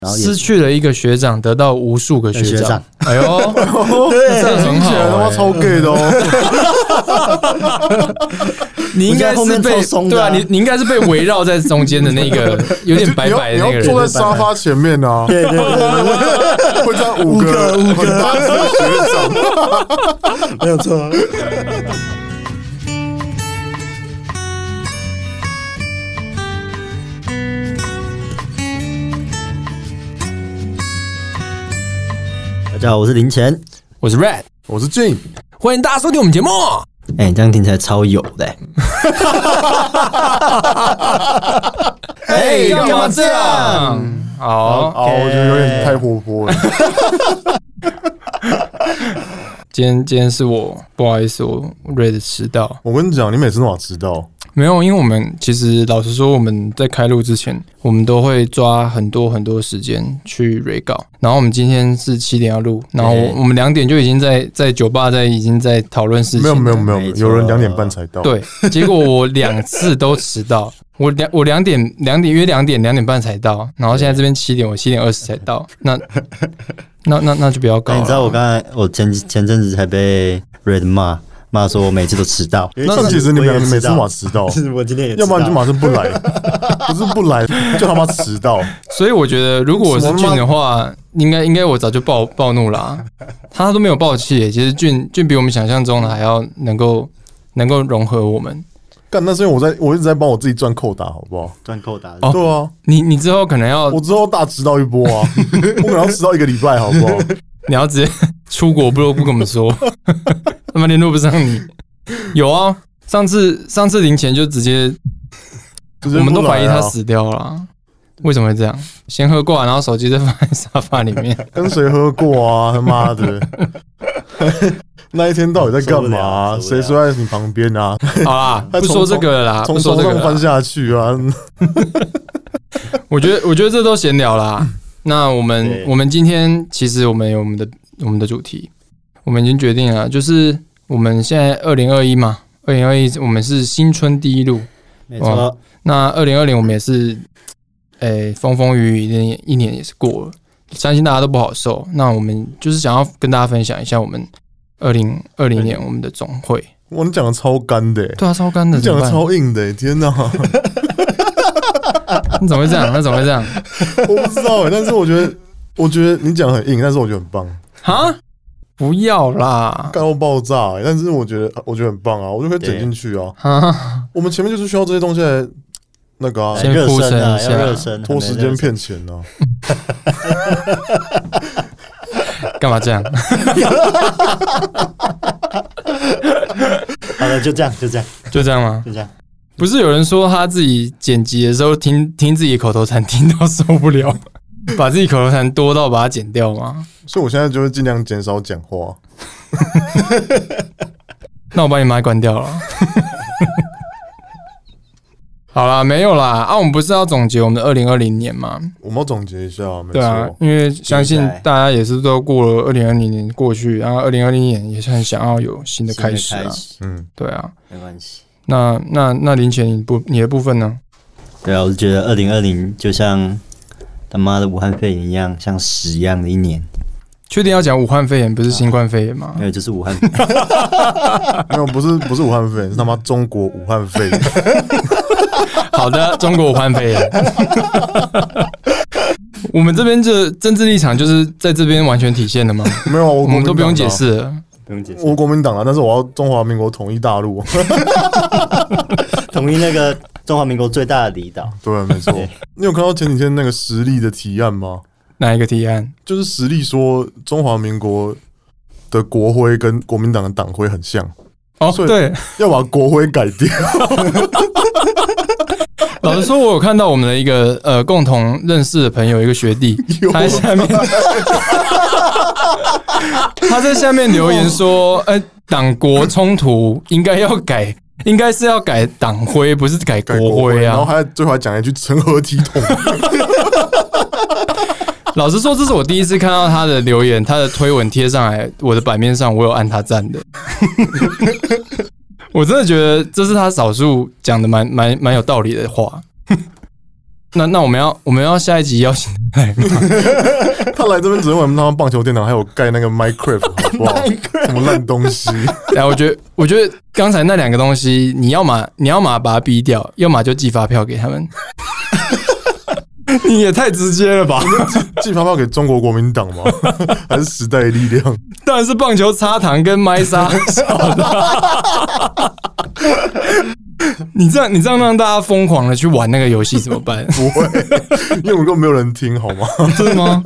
失去了一个学长，得到无数个学长。哎呦， 对， 这很好， 他妈超 gay 的哦。 你应该是被对啊，你应该是被围绕在中间的那个有点白白的那个人， 你要坐在沙发前面啊。 对， 会这样五个很大只的学长， 没有错。大家好，我是林乾， 我是 Red， 我是 Jin， 欢迎大家收听我们节目。 你这样听起来超有的。 干嘛这样？好， 我觉得有点太活泼了。 今天是我不好意思，我 Red 迟到。 我跟你讲，你每次都迟到。 没有，因为我们其实老实说，我们在开录之前，我们都会抓很多时间去 re 稿。然后我们今天是7点要录，然后我们2点就已经在酒吧已经在讨论事情。 没有，有人2点半才到。 对，结果我2次都迟到。我2点约2点半才到，然后现在这边7点，我7点20才到。那就不要搞了。 你知道我前阵子才被 Red 骂说我每次都迟到， 那其实你们每次马迟到， 我今天也迟到， 要不然就马上不来，不是不来就他妈迟到。 所以我觉得，如果我是俊的话，应该我早就暴怒啦。他都没有爆气，其实俊比我们想象中的还要能够融合我们。 干，那是因为我一直在帮我自己赚扣打，好不好？ 赚扣打， 对啊， 你之后可能要， 我之后大迟到一波啊，我可能要迟到1个礼拜，好不好？ 你要直接出国不跟我们说，他们联络不上你。有啊，上次林前就直接我们都怀疑他死掉了。为什么会这样？先喝挂，然后手机再放在沙发里面。 跟谁喝过啊？他妈的！那一天到底在干嘛啊？谁睡在你旁边啊？ 好啦，不说这个了啦， 从床上翻下去啊！ 我觉得这都闲聊啦。那我们今天其实我们有我们的主题，我们已经决定了，就是我们现在2021嘛，2021我们是新春第一路， 没错。 那2020我们也是，风风雨雨一年也是过了，相信大家都不好受。那我们就是想要跟大家分享一下我们2020年我们的总会。 哇，你讲的超干的， 对啊，超干的， 你讲的超硬的，天哪！ 你怎么会这样？那怎么会这样？ 我不知道但是我觉得你讲很硬，但是我觉得很棒。 哈？不要啦！ 干到爆炸但是我觉得很棒啊，我就可以整进去啊。我们前面就是需要这些东西来那个啊， 先铺陈一下， 热身， 拖时间骗钱啊。 干嘛这样？ 好了，就这样吗？ 就这样。不是有人说他自己剪辑的时候听自己口头禅听到受不了，把自己口头禅多到把它剪掉吗？ 所以我现在就会尽量减少讲话。 那我把你麦关掉了。好啦，没有啦我们不是要总结我们的2020年吗？ 我们要总结一下，没错。 对啊，因为相信大家也是都过了2020年过去，然后2020年也是很想要有新的开始啊。对啊， 没关系。 那林前你的部分呢？ 对啊，我是觉得2020就像他妈的武汉肺炎一样，像屎一样的一年。 确定要讲武汉肺炎不是新冠肺炎吗？ 没有，就是武汉肺炎。 没有，不是武汉肺炎，是他妈中国武汉肺炎。 好的，中国武汉肺炎。我们这边的政治立场就是在这边完全体现了吗？ 没有， 我们都不用解释了。 我国民党啊，但是我要中华民国统一大陆， 统一那个中华民国最大的离岛。 对，没错。你有看到前几天那个时力的提案吗？ 哪一个提案？ 就是时力说中华民国的国徽跟国民党的党徽很像。 对， 要把国徽改掉。 老实说，我有看到我们的一个共同认识的朋友，一个学弟，他在下面，他在下面留言说：“党国冲突应该是要改党徽，不是改国徽啊。” 然后最后还讲一句“成何体统”。 老实说，这是我第一次看到他的留言，他的推文贴上来，我的版面上我有按他赞的。我真的觉得这是他少数讲的蛮有道理的话。 那我们要下一集邀请他来吗？ 他来这边只是玩他们棒球殿堂，还有盖那个 Minecraft， 好不好？什么烂东西？ 我觉得刚才那2个东西，你要么把它逼掉，要么就寄发票给他们。你也太直接了吧？ 寄发票给中国国民党吗？还是时代力量？ 当然是棒球擦糖跟麦沙小的。你这样让大家疯狂的去玩那个游戏怎么办？ 不会，因为我们根本没有人听，好吗？ 真的吗？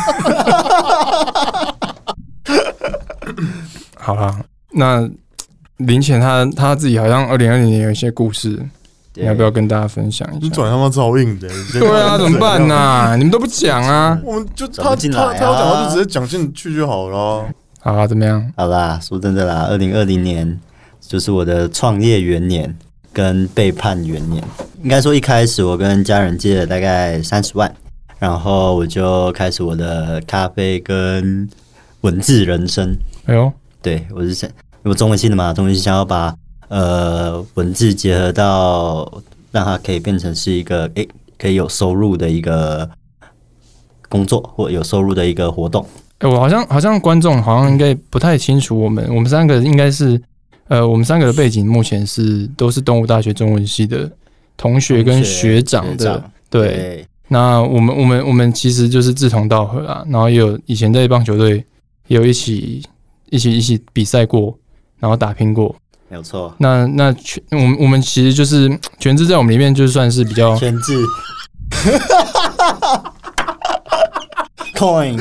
好啦，那林前他自己好像2020年有一些故事，你要不要跟大家分享一下？ 你转他妈超硬的， 对啊，怎么办啊？你们都不讲啊？ 我们就他要讲话就直接讲进去就好了。 好啊，怎么样？ 好啦，说真的啦，2020年就是我的创业元年跟背叛元年。应该说一开始我跟家人借了大概30万，然后我就开始我的咖啡跟文字人生。 哎呦， 对，我中文系的嘛，中文系想要把文字结合到让它可以变成是一个可以有收入的一个工作或有收入的一个活动。 我好像观众好像应该不太清楚我们3个应该是我们3个的背景目前都是东吴大学中文系的同学跟学长的，对。那我们其实就是志同道合啊，然后也有以前在棒球队也有一起比赛过，然后打拼过， 没有错。 那我们其实就是全志在我们里面就算是比较全志。coin， 你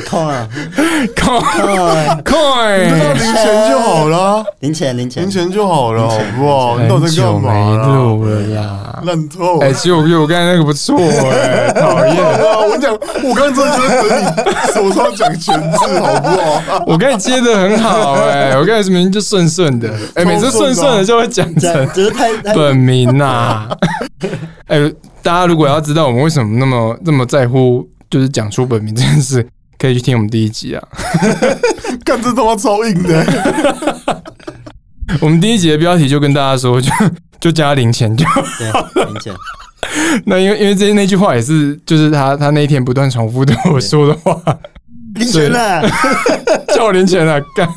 零钱就好了， 零钱就好了，好不好？你到底在干嘛？ 没录了啦， 烂透！ 其实我觉得我刚才那个不错讨厌。 我讲，我刚才真的觉得你手上讲全字，好不好？ 我刚才接的很好我刚才明明就顺的，每次顺的就会讲成本名呐。大家如果要知道我们为什么那么在乎。就是讲出本名这件事，可以去听我们第1集啊！ 干这他妈超硬的！ 我们第1集的标题就跟大家说，就加零钱就好了。 对，零钱。 那因为那句话也是，就是他那一天不断重复对我说的话。 零钱啊！ 叫我零钱啊！干！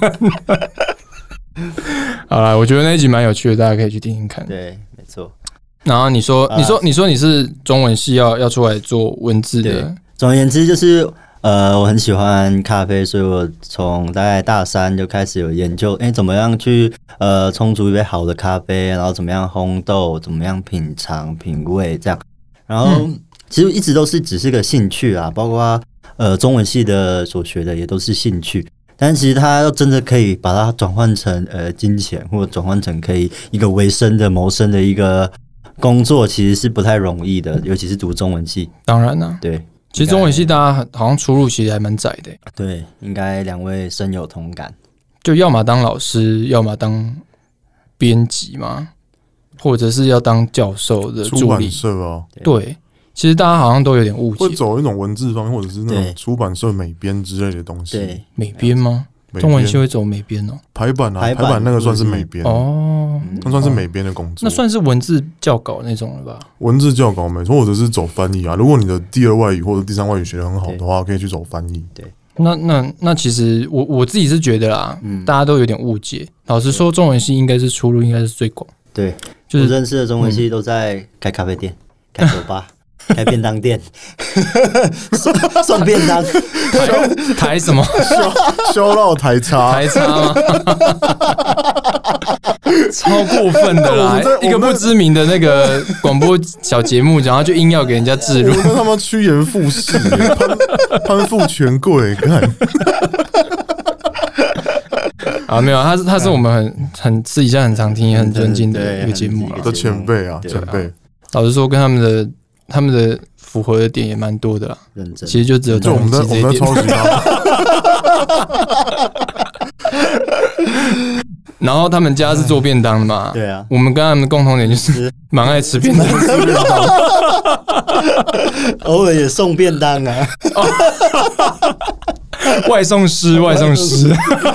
好啦，我觉得那一集蛮有趣的，大家可以去听听看。 对，没错。 然后你说你是中文系要出来做文字的。 总而言之，就是我很喜欢咖啡，所以我从大概大3就开始有研究，怎么样去冲煮一杯好的咖啡，然后怎么样烘豆，怎么样品尝品味这样。然后其实一直都是只是个兴趣啊，包括中文系的所学的也都是兴趣。但其实它要真的可以把它转换成金钱，或者转换成可以一个维生的谋生的一个工作，其实是不太容易的，尤其是读中文系。 当然啦， 对。 其实中文系大家好像出路其实还蛮窄的。 对，应该2位深有同感。 就要么当老师，要么当编辑嘛，或者是要当教授的助理。 出版社啊， 对，其实大家好像都有点误解， 会走一种文字方面，或者是那种出版社美编之类的东西。 对， 美编吗？中文系会走美编哦， 排版那个算是美编哦，那算是美编的工作， 那算是文字校稿那种了吧？ 文字校稿没错，或者是走翻译啊。如果你的第2外语或者第3外语学得很好的话，可以去走翻译。 对， 那其实我自己是觉得啦，大家都有点误解。老实说，中文系应该是出路应该是最广。 对，就是我认识的中文系都在开咖啡店、开酒吧。开便当店，送便当， 台什么？ 修到台叉吗？超过分的啦！一个不知名的那个广播小节目，然后就硬要给人家置入， 他妈趋炎附势，攀附权贵，看。 啊，没有，他是我们很私底下很常听也很尊敬的一个节目啦， 的前辈啊，前辈。 老实说，跟他们的符合的点也蛮多的啦， 认真， 其实就只有就我们在抄袭他。 然后他们家是做便当的嘛， 对啊， 我们跟他们的共同点就是蛮爱吃便当， 偶尔也送便当啊， 外送师。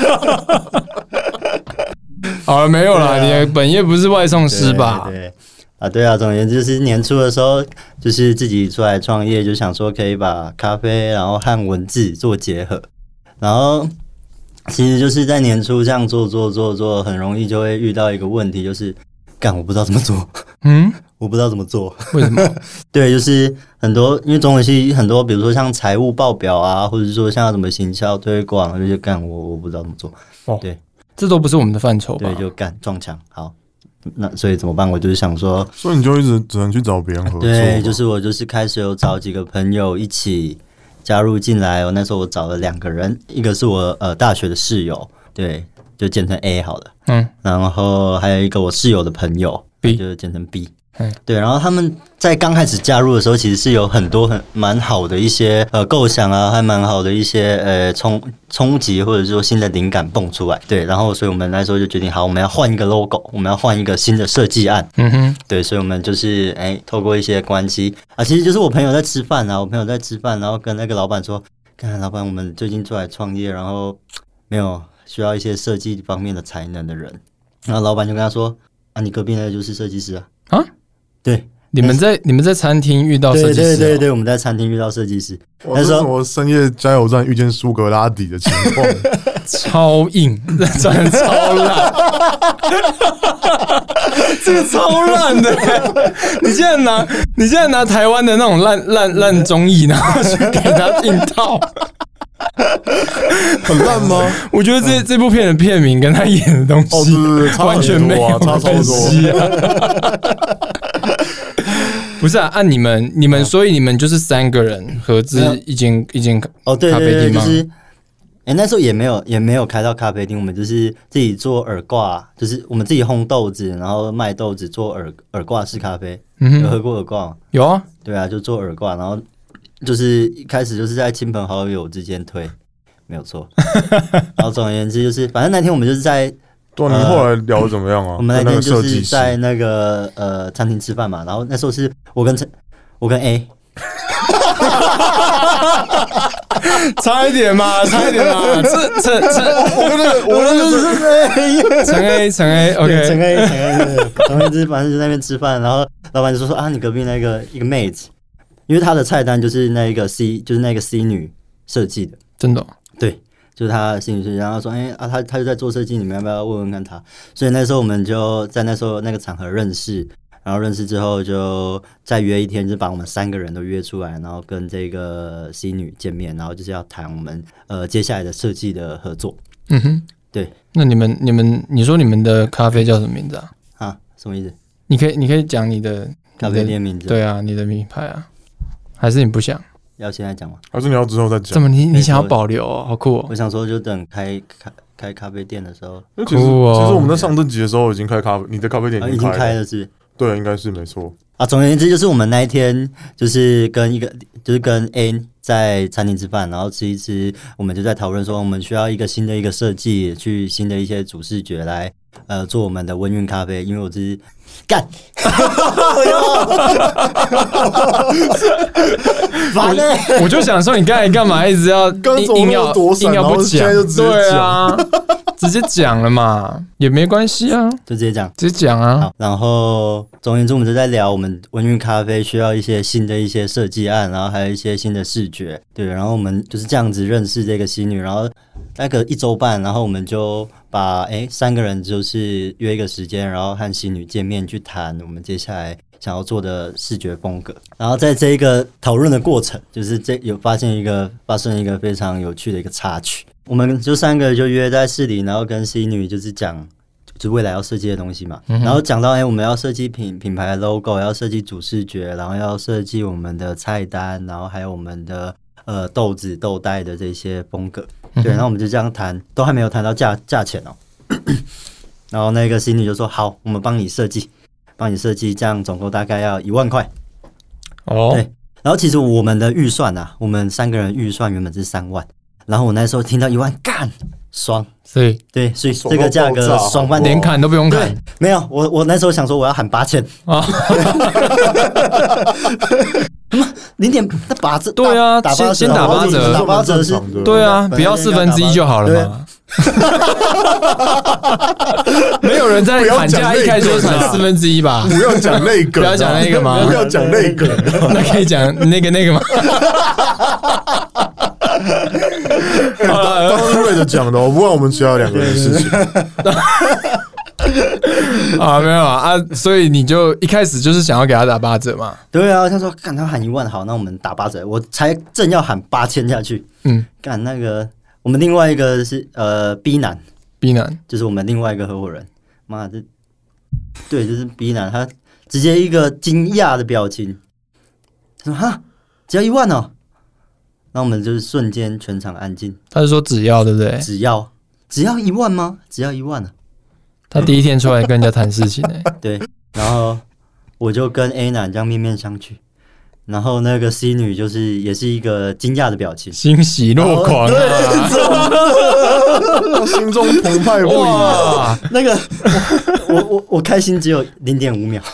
好了，没有啦，你的本业不是外送师吧？ 对， 啊，对啊，总而言之就是年初的时候，就是自己出来创业，就想说可以把咖啡然后和文字做结合，然后其实就是在年初这样做，很容易就会遇到一个问题，就是我不知道怎么做，我不知道怎么做， 为什么？ 对，就是很多，因为中文系很多，比如说像财务报表啊，或者是说像什么行销推广，就是我不知道怎么做。对， 这都不是我们的范畴吧？ 对，就撞墙。好，那所以怎么办？我就是想说， 所以你就一直只能去找别人合作。 对，就是我就是开始有找几个朋友一起加入进来。那时候我找了2个人，一个是我大学的室友，对，就简称 A 好了。然后还有一个我室友的朋友 B， 就简称 B。对，然后他们在刚开始加入的时候，其实是有很多蛮好的一些构想啊，还蛮好的一些冲击或者说新的灵感蹦出来。对，然后所以我们那时候就决定，好，我们要换一个 logo， 我们要换一个新的设计案。对，所以我们就是透过一些关系啊，其实就是我朋友在吃饭啊，然后跟那个老板说，看老板，我们最近出来创业，然后没有需要一些设计方面的才能的人，然后老板就跟他说，啊，你隔壁那个就是设计师啊。对， 你们在餐厅遇到设计师？ 对，我们在餐厅遇到设计师。 那时候什么深夜加油站遇见苏格拉底的情况， 超硬，真的超烂，这个超烂的。你现在拿台湾的那种烂综艺，然后去给他硬套。 很烂吗？ 我觉得这部片的片名跟他演的东西完全没有关系啊。不是啊，按你们，所以你们就是3个人合资一间咖啡厅吗？ 就是那时候也没有开到咖啡厅，我们就是自己做耳挂，就是我们自己烘豆子，然后卖豆子，做耳挂式咖啡。有喝过耳挂吗？ 有啊， 对啊，就做耳挂，然后就是一开始就是在亲朋好友之间推，没有错。然后总而言之就是，反正那天我们就是在。 对，你后来聊得怎么样啊？ 我们那天就是在那个餐厅吃饭嘛，然后那时候是我跟 A， 差一点嘛，这我那个是陈 A，OK， 陈 A， 总而言之反正就在那边吃饭，然后老板就说啊，你隔壁那个一个妹子，因为他的菜单就是那个 C， 就是那个 C 女设计的， 真的、哦、 对。就是他的兴趣，然后说，他就在做设计，你们要不要问问看他？所以那时候我们就在那时候那个场合认识，然后认识之后就再约一天，就把我们3个人都约出来，然后跟这个 C 女见面，然后就是要谈我们接下来的设计的合作。对。 那你说你们的咖啡叫什么名字啊？ 啊，什么意思？ 你可以讲你的咖啡店名字。 对啊，你的品牌啊，还是你不想？ 要现在讲吗？ 还是你要之后再讲？ 怎么你想要保留哦？好酷哦！ 我想说，就等开咖啡店的时候。 其实我们在上这集的时候已经开你的咖啡店已经开了是？ 对，应该是没错。 啊，总而言之，就是我们那一天就是跟A 在餐厅吃饭，然后吃一吃，我们就在讨论说，我们需要一个新的一个设计，去新的一些主视觉来做我们的温韵咖啡，因为我是干，烦欸！ 我就想说，你刚才干嘛一直要硬要不讲？对啊，直接讲了嘛，也没关系啊， 就直接讲啊。 好，然后总而言之，我们就在聊我们温韵咖啡需要一些新的一些设计案，然后还有一些新的视觉，对，然后我们就是这样子认识这个新女，然后那个1周半，然后我们就把3个人就是约一个时间，然后和新女见面去谈我们接下来想要做的视觉风格。然后在这一个讨论的过程，就是发生一个非常有趣的一个插曲。我们就3个就约在市里，然后跟新女就是讲就未来要设计的东西嘛，然后讲到我们要设计品牌的 logo， 要设计主视觉，然后要设计我们的菜单，然后还有我们的豆子豆袋的这些风格，对，然后我们就这样谈，都还没有谈到价钱哦。然后那个新女就说好，我们帮你设计，这样总共大概要1万块。 哦， 对，然后其实我们的预算啊，我们3个人预算原本是3万，然后我那时候听到1万，干爽，对，所以这个价格爽翻， 连砍都不用砍。 没有，我那时候想说我要喊8000啊，0.打折， 对啊，先打8折， 打8折是， 对啊，不要1/4就好了嘛。 没有人在喊价一开始就传1/4吧？ 不要讲那个， 不要讲那个吗？ 不要讲那个， 那可以讲那个吗？ 当是瑞的讲的，不关我们其他2个人的事情。 啊，没有啊，所以你就一开始就是想要给他打8折嘛？ 对啊，他说干他喊1万好，那我们打8折，我才正要喊8000下去，干那个我们另外一个是B 男，就是我们另外一个合伙人，妈的，对，就是 B 男，他直接一个惊讶的表情，他说哈，只要1万哦，那我们就是瞬间全场安静。 他是说只要对不对？ 只要1万吗？只要1万啊！ 他第一天出来跟人家谈事情对，然后我就跟 A 男这样面面相觑，然后那个 C 女就是也是一个惊讶的表情， 欣喜若狂啊， 心中澎湃不已啊！ 那个我开心只有0.5秒，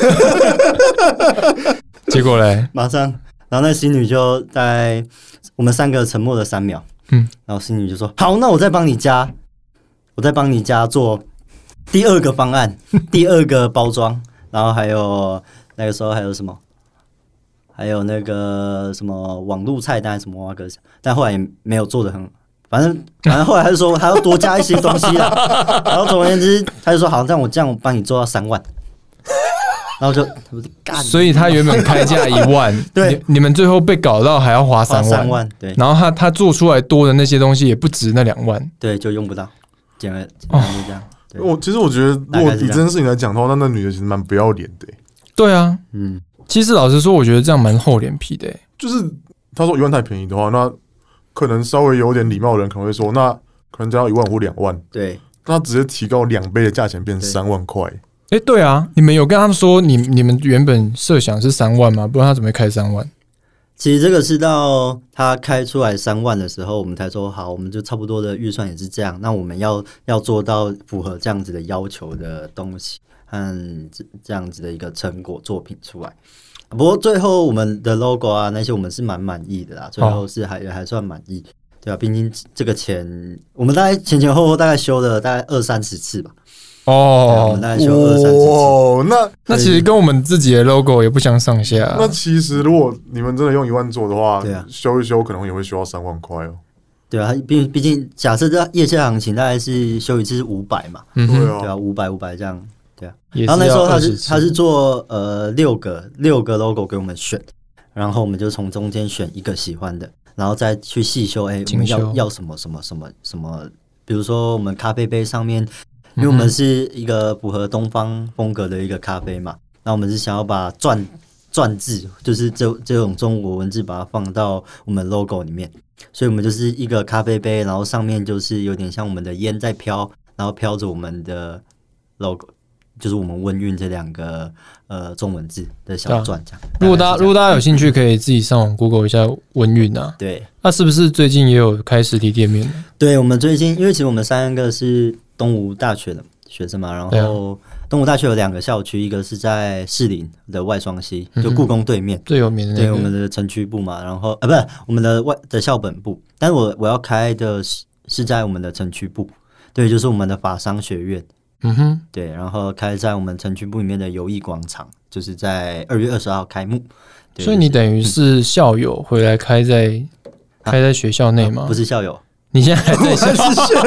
结果嘞， 马上，然后那 C 女就在我们3个沉默了3秒，然后 C 女就说：“好，那我再帮你加做第2个方案，第2个包装，然后还有那个时候还有什么？还有那个什么网络菜单什么哇个，但后来也没有做得很，反正后来他就说他要多加一些东西啦，然后总而言之他就说好，让我这样帮你做到3万。”然后就所以他原本开价1万， 对， 你们最后被搞到还要花3万， 对。 然后他做出来多的那些东西也不值那2万， 对，就用不到，简单就这样。 其实我觉得，如果以这件事情来讲的话，那女的其实蛮不要脸的。 对啊，其实老实说，我觉得这样蛮厚脸皮的。 就是他说1万太便宜的话，那可能稍微有点礼貌的人可能会说，那可能只要1万或2万， 对， 那直接提高2倍的价钱变3万块。 对啊，你们有跟他们说你们原本设想是3万吗？不然他怎么会开3万？ 其实这个是到他开出来3万的时候，我们才说好，我们就差不多的预算也是这样。那我们要做到符合这样子的要求的东西和这样子的一个成果作品出来。不过最后我们的 logo 啊那些我们是蛮满意的啦，最后是还算满意，对啊，毕竟这个钱我们大概前后大概修了大概20-30次吧。我们大概修20-30次。 那其实跟我们自己的 logo 也不相上下。 那其实如果你们真的用1万做的话， 对啊， 修一修可能也会修到3万块哦。 对啊，毕竟假设这业界行情大概是修一次是500嘛，对啊，500这样，对啊。然后那时候他是做6个 logo 给我们选，然后我们就从中间选一个喜欢的，然后再去细修，我们要什么，比如说我们咖啡杯上面。因为我们是一个符合东方风格的一个咖啡嘛，那我们是想要把篆字，就是这种中国文字，把它放到我们 logo 里面，所以我们就是一个咖啡杯，然后上面就是有点像我们的烟在飘，然后飘着我们的 logo， 就是我们温韵这2个中文字的小篆这样。 如果大家有兴趣，可以自己上网 Google 一下温韵啊。 对， 那是不是最近也有开实体店面呢？ 对，我们最近因为其实我们3个是东吴大学的学生嘛，然后东吴大学有2个校区，一个是在士林的外双溪，就故宫对面最有名的对我们的城区部嘛，然后不是我们的校本部，但是我要开的是在我们的城区部，对，就是我们的法商学院，对，然后开在我们城区部里面的友谊广场，就是在2月20号开幕。 所以你等于是校友回来开在学校内吗？ 不是校友。 你现在还在校，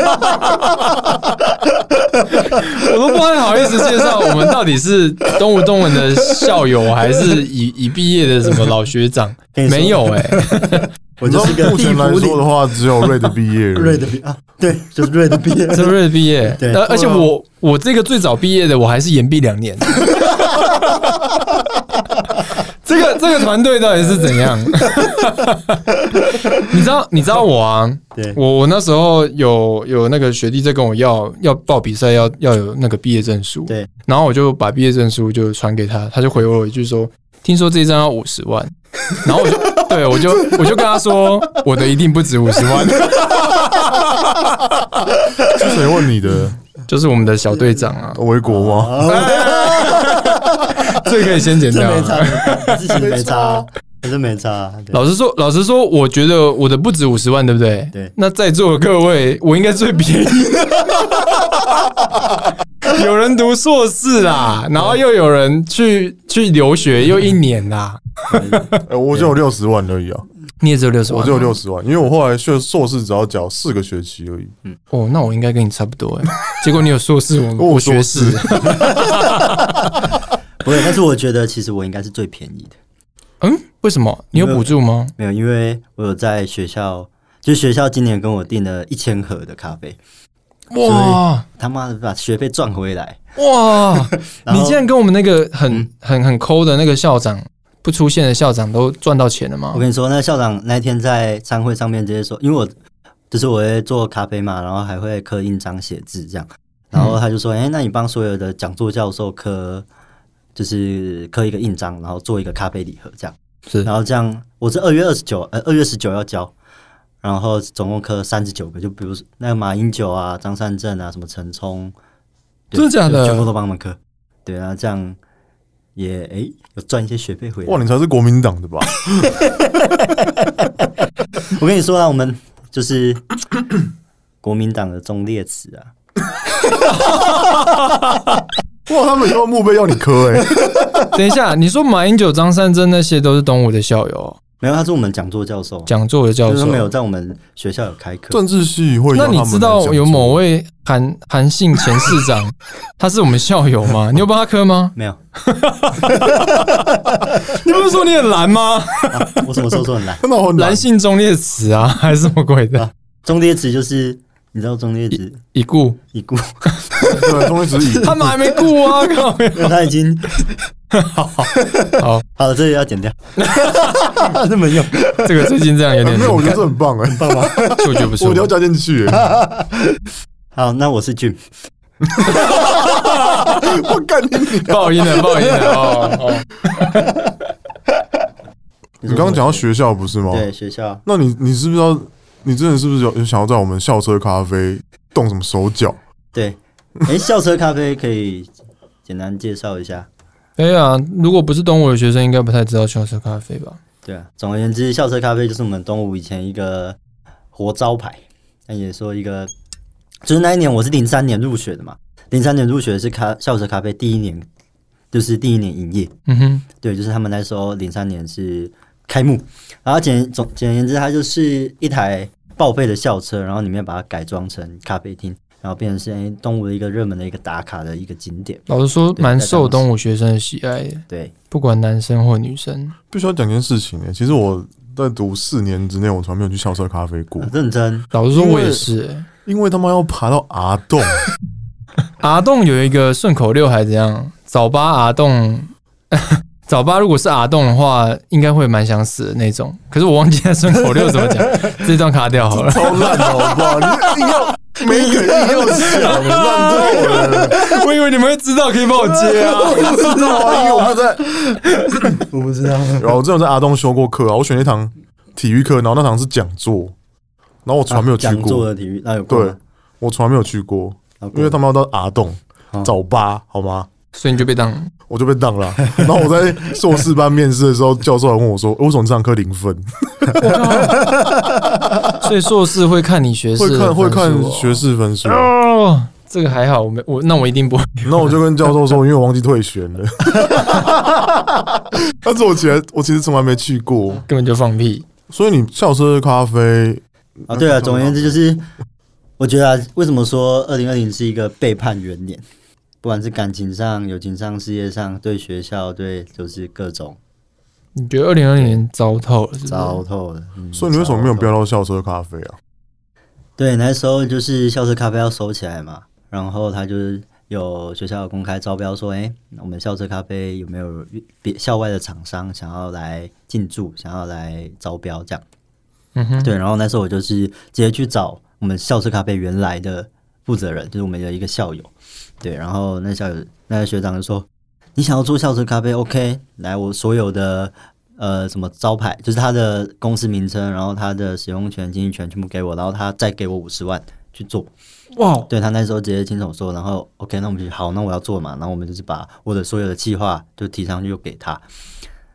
我都不太好意思介绍我们到底是东吴中文的校友，还是已毕业的什么老学长？没有我就是个目前来说的话，只有瑞的毕业， 瑞的毕业，对，就是瑞的毕业， 是瑞的毕业。对，而且我这个最早毕业的，我还是延毕2年。这个团队到底是怎样？你知道我啊？对，我那时候有那个学弟在跟我要报比赛，要有那个毕业证书。对，然后我就把毕业证书就传给他，他就回我一句说：“听说这一张要50万。”然后我就跟他说：“我的一定不止50万。” 是谁问你的？ 就是我们的小队长啊， 维国吗？ 这可以先剪掉， 这没差， 这没差。 老实说，我觉得我的不止50万，对不对？ 对。 那在座的各位，我应该最便宜。有人读硕士啦，然后又有人去留学，又1年啦。 我就有60万而已啊。 你也只有60万？ 我只有60万，因为我后来硕士只要缴4个学期而已。 哦，那我应该跟你差不多结果你有硕士，我学士。 不对，但是我觉得其实我应该是最便宜的。 为什么？你有补助吗？ 没有，因为我有在学校，就是学校今年跟我订了1000盒的咖啡。哇！他妈的把学费赚回来！ 哇！你竟然跟我们那个很抠的那个校长不出现的校长都赚到钱了吗？ 我跟你说，那校长那天在餐会上面直接说，因为我会做咖啡嘛，然后还会刻印章写字这样，然后他就说，那你帮所有的讲座教授刻一个印章，然后做一个咖啡礼盒这样，然后这样我是2月19要交。然后总共刻39个，就比如那个马英九啊、张善政啊、什么陈冲， 真的假的？ 全部都帮他们刻。对啊，这样也有赚一些学费回来。 哇，你才是国民党的吧？ 我跟你说啊，我们就是国民党的忠烈祠啊。 哇，他们以后墓碑要你刻等一下，你说马英九、张善政那些都是东吴的校友？ 没有，他是我们讲座教授。 讲座的教授， 就是没有在我们学校有开课。 政治系会有他们。 那你知道有某位韩姓前市长，他是我们校友吗？你有帮他刻吗？ 没有。 你不是说你很蓝吗？ 我什么时候说很蓝？ 蓝姓忠烈祠啊，还是什么鬼的？ 忠烈祠就是你知道忠烈祠已故。 对，忠烈祠已故。 他们还没故啊！靠， 他已经。好，这个要剪掉。这么用， 这个最近这样有点没有，我觉得这很棒很棒吗？ 我觉得不错， 我一定要加进去。 好，那我是俊。 我干你！ 爆音了哦。 你刚刚讲到学校不是吗？ 对，学校。 那你是不是你真的是不是有想要在我们校车咖啡动什么手脚？ 对，校车咖啡可以简单介绍一下。 如果不是东吴的学生，应该不太知道校车咖啡吧？ 对啊，总而言之，校车咖啡就是我们东吴以前一个活招牌。那也说一个，就是那一年我是03年入学的嘛，03年入学是校车咖啡第一年营业。对，就是他们那时候03年是开幕，然后简而言之，它就是一台报废的校车，然后里面把它改装成咖啡厅。然后变成是东吴的一个热门的一个打卡的一个景点。 老实说，蛮受东吴学生的喜爱的。 对， 不管男生或女生。 必须要讲件事情其实我在读4年之内，我从来没有去校车咖啡过。 认真， 老实说，我也是因为他们要爬到阿洞。 阿洞有一个顺口溜还怎样？早八阿洞。早八如果是阿洞的话，应该会蛮想死的那种。可是我忘记那顺口溜怎么讲，这段卡掉好了。 超烂的好不好？你硬要没梗硬要想，烂透了。 我以为你们会知道，可以帮我接啊。 我不知道啊，因为我没在。 我不知道。 然后我之前在阿东修过课啊，我选了一堂体育课，然后那堂是讲座，然后我从来没有去过。 讲座的体育那有过？ 对，我从来没有去过，因为他们要到阿洞早八，好吗？ 所以你就被当， 我就被当了。然后我在硕士班面试的时候，教授还问我说：“为什么这堂课0分？” 所以硕士会看你学士的分数， 会看学士分数。 哦，这个还好，那我一定不会。 那我就跟教授说，因为我忘记退选了。但是我其实从来没去过， 根本就放屁。 所以你校车咖啡啊？对啊，总而言之就是，我觉得为什么说2020是一个背叛元年？不管是感情上、友情上、事业上，对学校，对就是各种。 你觉得2020年糟透了是不是？ 糟透了。 所以你为什么没有标到校车咖啡啊？ 对，那时候就是校车咖啡要收起来嘛，然后他就是有学校有公开招标说，我们校车咖啡有没有校外的厂商想要来进驻，想要来招标这样。对，然后那时候我就是直接去找我们校车咖啡原来的负责人，就是我们有一个校友。对，然后那个学长就说：“你想要做校车咖啡 ，OK， 来我所有的什么招牌，就是他的公司名称，然后他的使用权、经营权全部给我，然后他再给我50万去做。”哇！对，他那时候直接亲手说，然后 OK， 那我们就好，那我要做嘛，然后我们就是把我的所有的计划就提上去就给他。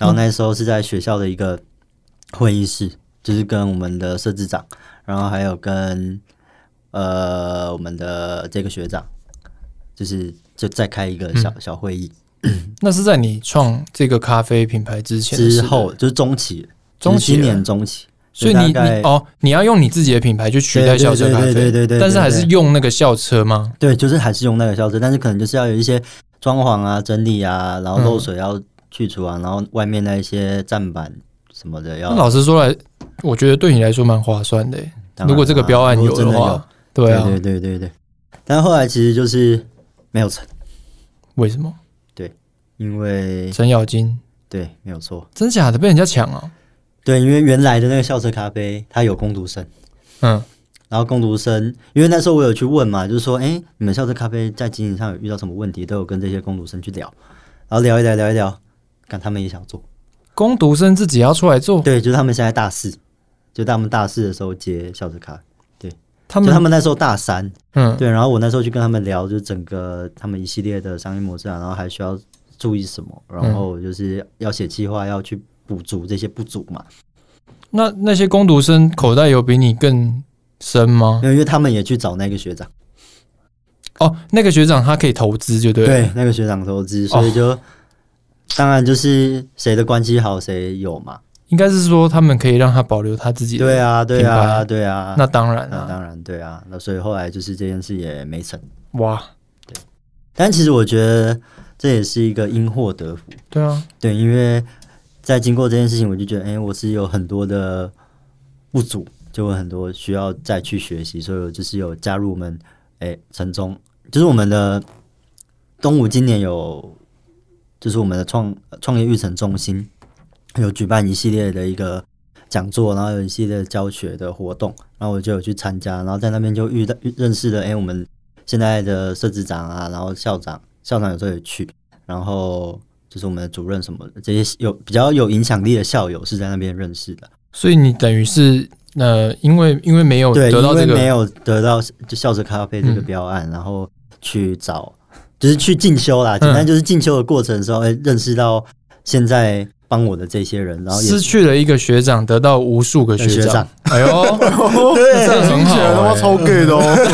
然后那时候是在学校的一个会议室，就是跟我们的设置长，然后还有跟我们的这个学长，就再开一个小会议。 那是在你创这个咖啡品牌之前之后，就是中期，今年中期。 所以你要用你自己的品牌去取代校车咖啡，对，但是还是用那个校车吗？ 对，就是还是用那个校车，但是可能就是要有一些装潢啊、整理啊，然后漏水要去除啊，然后外面那一些站板什么的要。 老实说来，我觉得对你来说蛮划算的，如果这个标案有的话，对啊， 对。但后来其实就是没有成， 为什么？ 对，因为程咬金， 对，没有错， 真假的被人家抢啊？ 对，因为原来的那个校车咖啡，它有工读生，然后工读生，因为那时候我有去问嘛，就是说，你们校车咖啡在经营上有遇到什么问题，都有跟这些工读生去聊，然后聊一聊，看他们也想做， 工读生自己要出来做， 对，就是他们现在大4，就他们大4的时候接校车咖啡，对，他们那时候大3，对，然后我那时候去跟他们聊，就是整个他们一系列的商业模式啊，然后还需要注意什么，然后就是要写企划，要去补足这些不足嘛。 那些工读生口袋有比你更深吗？ 因为他们也去找那个学长。 哦，那个学长他可以投资，就对了。 对，那个学长投资，所以就、当然就是谁的关系好谁有嘛。 应该是说他们可以让他保留他自己的对啊。 那当然那当然对啊。那所以后来就是这件事也没成。 哇， 对。但其实我觉得这也是一个因祸得福。 对啊， 对，因为在经过这件事情，我就觉得，我是有很多的不足，就有很多需要再去学习，所以我就是有加入我们，城中，就是我们的东吴今年有，就是我们的创业育成中心有举办一系列的一个讲座，然后有一系列的教学的活动，然后我就有去参加，然后在那边就认识了，我们现在的社职长啊，然后校长有时候也去，然后就是我们的主任什么的，这些比较有影响力的校友是在那边认识的。 所以你等于是因为没有得到这个， 没有得到就校车咖啡这个标案，然后去找就是去进修啦，简单就是进修的过程的时候，认识到现在帮我的这些人，然后也失去了一个学长，得到无数个学长。哎呦， 对，这听起来他妈超 gay 的哦。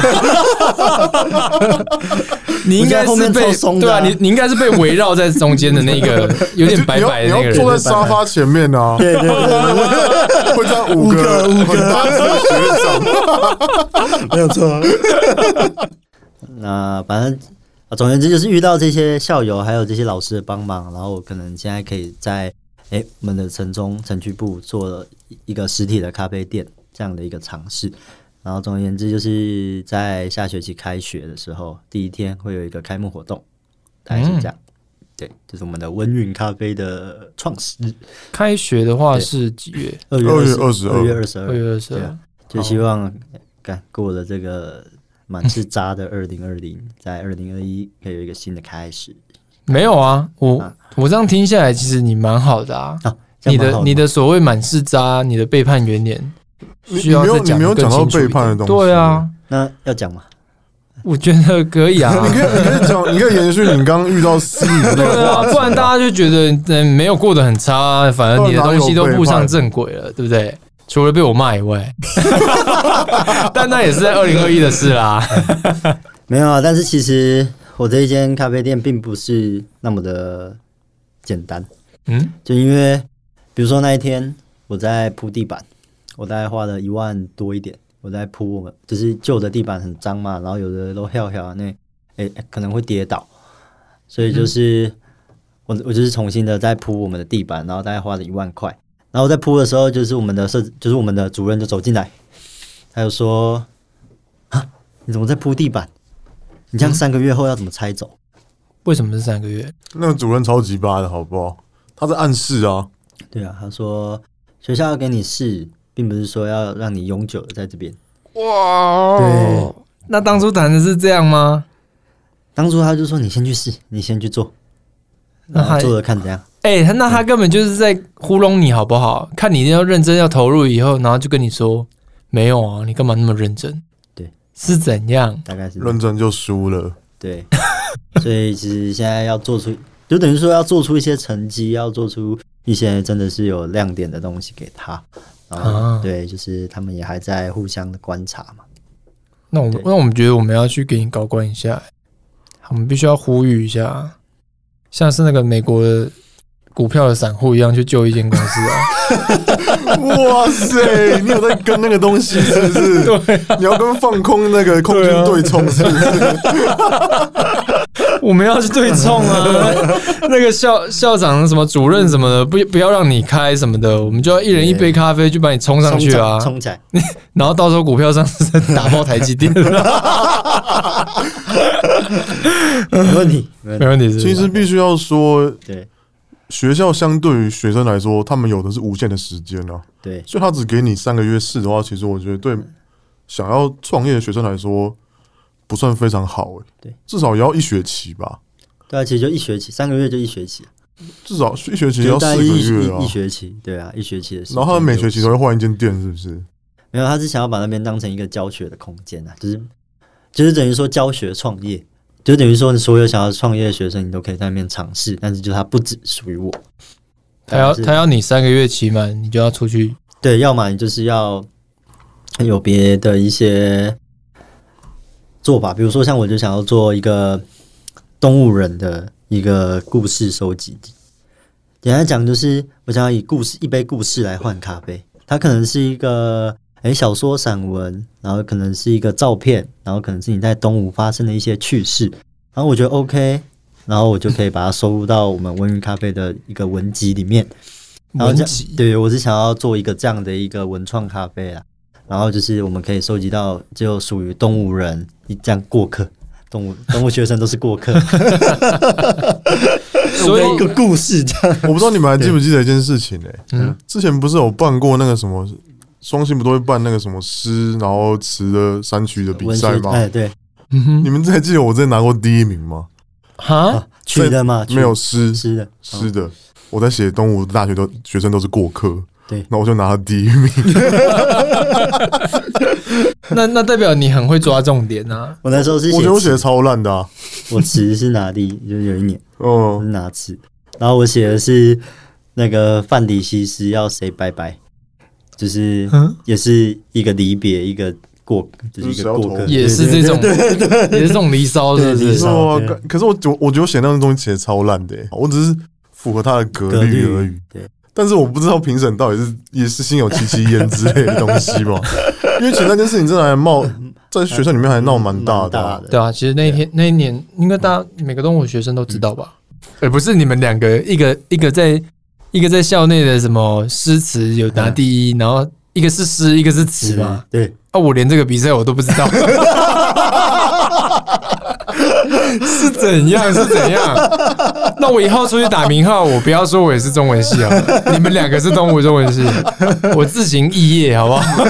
你应该是被对啊，你应该是被围绕在中间的那个有点白白的那个人， 你要坐在沙发前面啊。 对， 会这样5个很大只的学长， 没有错。那反正总而言之就是遇到这些校友还有这些老师的帮忙，然后我可能现在可以在我们的城区部做了一个实体的咖啡店这样的一个尝试。然后总而言之就是在下学期开学的时候，第一天会有一个开幕活动，大概是这样。对，就是我们的温韵咖啡的创始。 开学的话是几月 ？2月22。 就希望过了这个满是渣的2020，在2021可以有一个新的开始。 没有啊，我这样听下来，其实你蛮好的啊。你的所谓满是渣，你的背叛元年，需要再讲你没有讲到背叛的东西。 对啊， 那要讲吗？ 我觉得可以啊。 你可以讲，你可以延续你刚刚遇到C的那个话题， 不然大家就觉得没有过得很差，反而你的东西都步上正轨了，对不对？除了被我骂以外，但那也是在2021的事啦。 没有啊，但是其实我这一间咖啡店并不是那么的简单。就因为比如说那一天我在铺地板，我大概花了1万多一点，我在铺就是旧的地板很脏嘛，然后有的都跳那可能会跌倒，所以就是我就是重新的再铺我们的地板，然后大概花了1万块。然后在铺的时候，就是我们的主任就走进来，他就说：“你怎么在铺地板？你这样3个月后要怎么拆走？” 为什么是3个月？ 那个主任超级巴的好不好？他在暗示啊。 对啊，他说学校要给你试，并不是说要让你永久的在这边。 哇，对，那当初谈的是这样吗？ 当初他就说你先去试，你先去做，然后做了看怎样。 那他根本就是在糊弄你好不好？看你要认真要投入以后，然后就跟你说没有啊，你干嘛那么认真？ 对， 是怎样？ 大概是认真就输了。 对，所以其实现在要做出，就等于说要做出一些成绩，要做出一些真的是有亮点的东西给他。然后对，就是他们也还在互相的观察嘛。 那我们觉得我们要去给你高官一下，我们必须要呼吁一下，像是那个美国的股票的散户一样去救一间公司啊！ 哇塞，你有在跟那个东西是不是？ 对、啊， 你要跟放空那个空军对冲是不是？ 我们要去对冲啊！那个校长什么主任什么的，不要让你开什么的，我们就要一人一杯咖啡就把你冲上去啊！ 冲起来， 然后到时候股票上市打爆台积电。 没问题， 没问题。 其实必须要说， 对。 学校相对于学生来说，他们有的是无限的时间啊， 对， 所以他只给你3个月试的话，其实我觉得对想要创业的学生来说不算非常好对， 至少也要1学期吧。 对啊，其实就1学期，3个月就1学期， 至少1学期要4个月啊， 一学期，对啊，1学期的时间。 然后他们每学期都会换一间店，是不是？ 没有，他是想要把那边当成一个教学的空间啊，就是等于说教学创业。就等于说，你所有想要创业的学生，你都可以在那边尝试，但是就它不只属于我。 他要你3个月期满，你就要出去。 对，要么你就是要有别的一些做法，比如说像我就想要做一个动物人的一个故事收集地。简单讲，就是我想要以一杯故事来换咖啡，它可能是一个小说散文，然后可能是一个照片，然后可能是你在东吴发生的一些趣事，然后我觉得 OK， 然后我就可以把它收入到我们文娱咖啡的一个文集里面。 文集， 对，我是想要做一个这样的一个文创咖啡啦，然后就是我们可以收集到就属于东吴人这样过客，动物学生都是过客，所以一个故事这样。 我不知道你们还记不记得一件事情之前不是有办过那个什么？双星不都会办那个什么诗然后词的3曲的比赛吗？ 对， 你们还记得我之前拿过第1名吗？ 哈， 曲的吗？ 没有诗的，我在写东吴大学的学生都是过客， 对， 那我就拿了第1名。 那代表你很会抓重点啊！ 我那时候是我觉得我写的超烂的啊， 我词是拿第1，就是有一年， 我是拿词，然后我写的是那个范迪西斯要谁拜拜。就是也是一个离别，一个就是一个过客， 也是这种，也是这种离骚的， 离骚。可是我觉得我写那种东西写的超烂的，我只是符合他的格律而已。 对， 但是我不知道评审到底也是心有戚戚焉之类的东西嘛？因为其实那件事情真的还在学校里面还闹蛮大的。 对啊，其实那一年应该大家每个动物学生都知道吧？不是你们2个，一个在校内的什么诗词有拿第1，然后一个是诗，一个是词嘛。 对， 我连这个比赛我都不知道，是怎样？那我以后出去打名号，我不要说我也是中文系啊，你们2个是东吴中文系，我自行肄业好不好？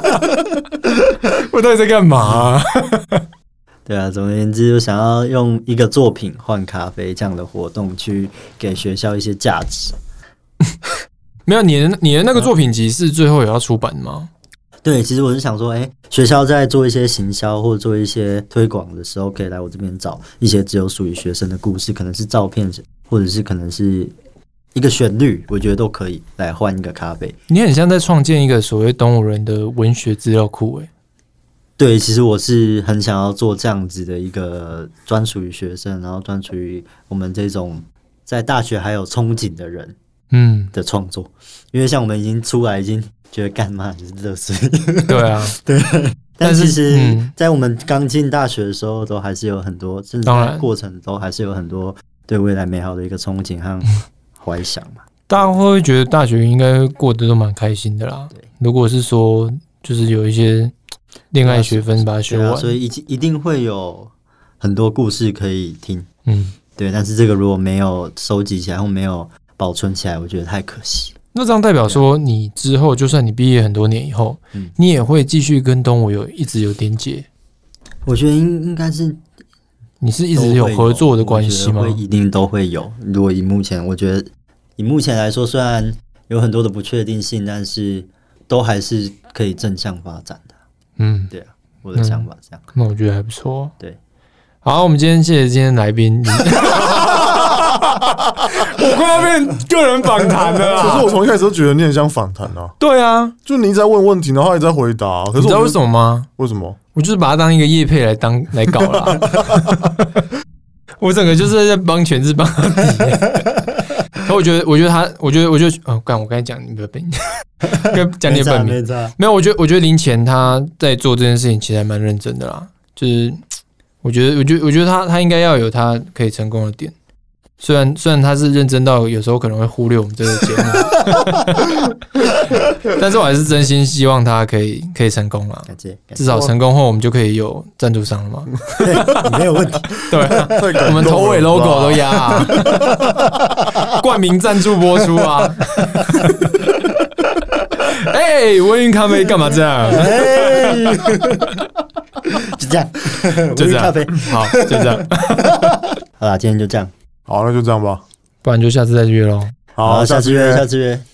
我到底在干嘛啊？ 对啊，总而言之，就想要用一个作品换咖啡这样的活动，去给学校一些价值。 没有，你的那个作品集是最后也要出版吗？ 对，其实我是想说，学校在做一些行销或者做一些推广的时候，可以来我这边找一些只有属于学生的故事，可能是照片，或者是可能是一个旋律，我觉得都可以来换一个咖啡。 你很像在创建一个所谓东吴人的文学资料库， 对，其实我是很想要做这样子的一个专属于学生，然后专属于我们这种在大学还有憧憬的人。的创作，因为像我们已经出来，已经觉得干嘛就是热水， 对啊， 对。但其实，在我们刚进大学的时候，都还是有很多，甚至在过程都还是有很多对未来美好的一个憧憬和怀想嘛。 大家会不会觉得大学应该过得都蛮开心的啦？对，如果是说就是有一些恋爱学分把它学完， 所以一定会有很多故事可以听。对。但是这个如果没有收集起来，或没有保存起来，我觉得太可惜。 那这样代表说，你之后就算你毕业很多年以后，你也会继续跟东吴一直有连结？ 我觉得应该是， 你是一直有合作的关系吗？ 一定都会有。如果以目前，我觉得以目前来说，虽然有很多的不确定性，但是都还是可以正向发展的。对啊，我的想法这样。 那我觉得还不错。 对， 好，我们今天谢谢今天来宾。 我快要变个人访谈了啦。 可是我从一开始都觉得你很像访谈啊。 对啊， 就你一直在问问题，然后他一直在回答。可是你知道为什么吗？ 为什么？ 我就是把它当一个业配来搞啦。我整个就是在帮全志帮他抵。可我觉得，哦，干，我刚才讲你的本名，讲你的本名，没有，我觉得林前他在做这件事情其实还蛮认真的啦。就是我觉得他应该要有他可以成功的点。虽然他是认真到有时候可能会忽略我们这个节目，但是我还是真心希望他可以成功啦。至少成功后我们就可以有赞助商了嘛。 没有问题。 对啊，我们头尾 logo 都压啊，冠名赞助播出啊。哎，温云咖啡干嘛这样？ 就这样， 就这样。 咖啡好，就这样。 好啦，今天就这样。 好，那就这样吧， 不然就下次再约咯。 好， 下次约。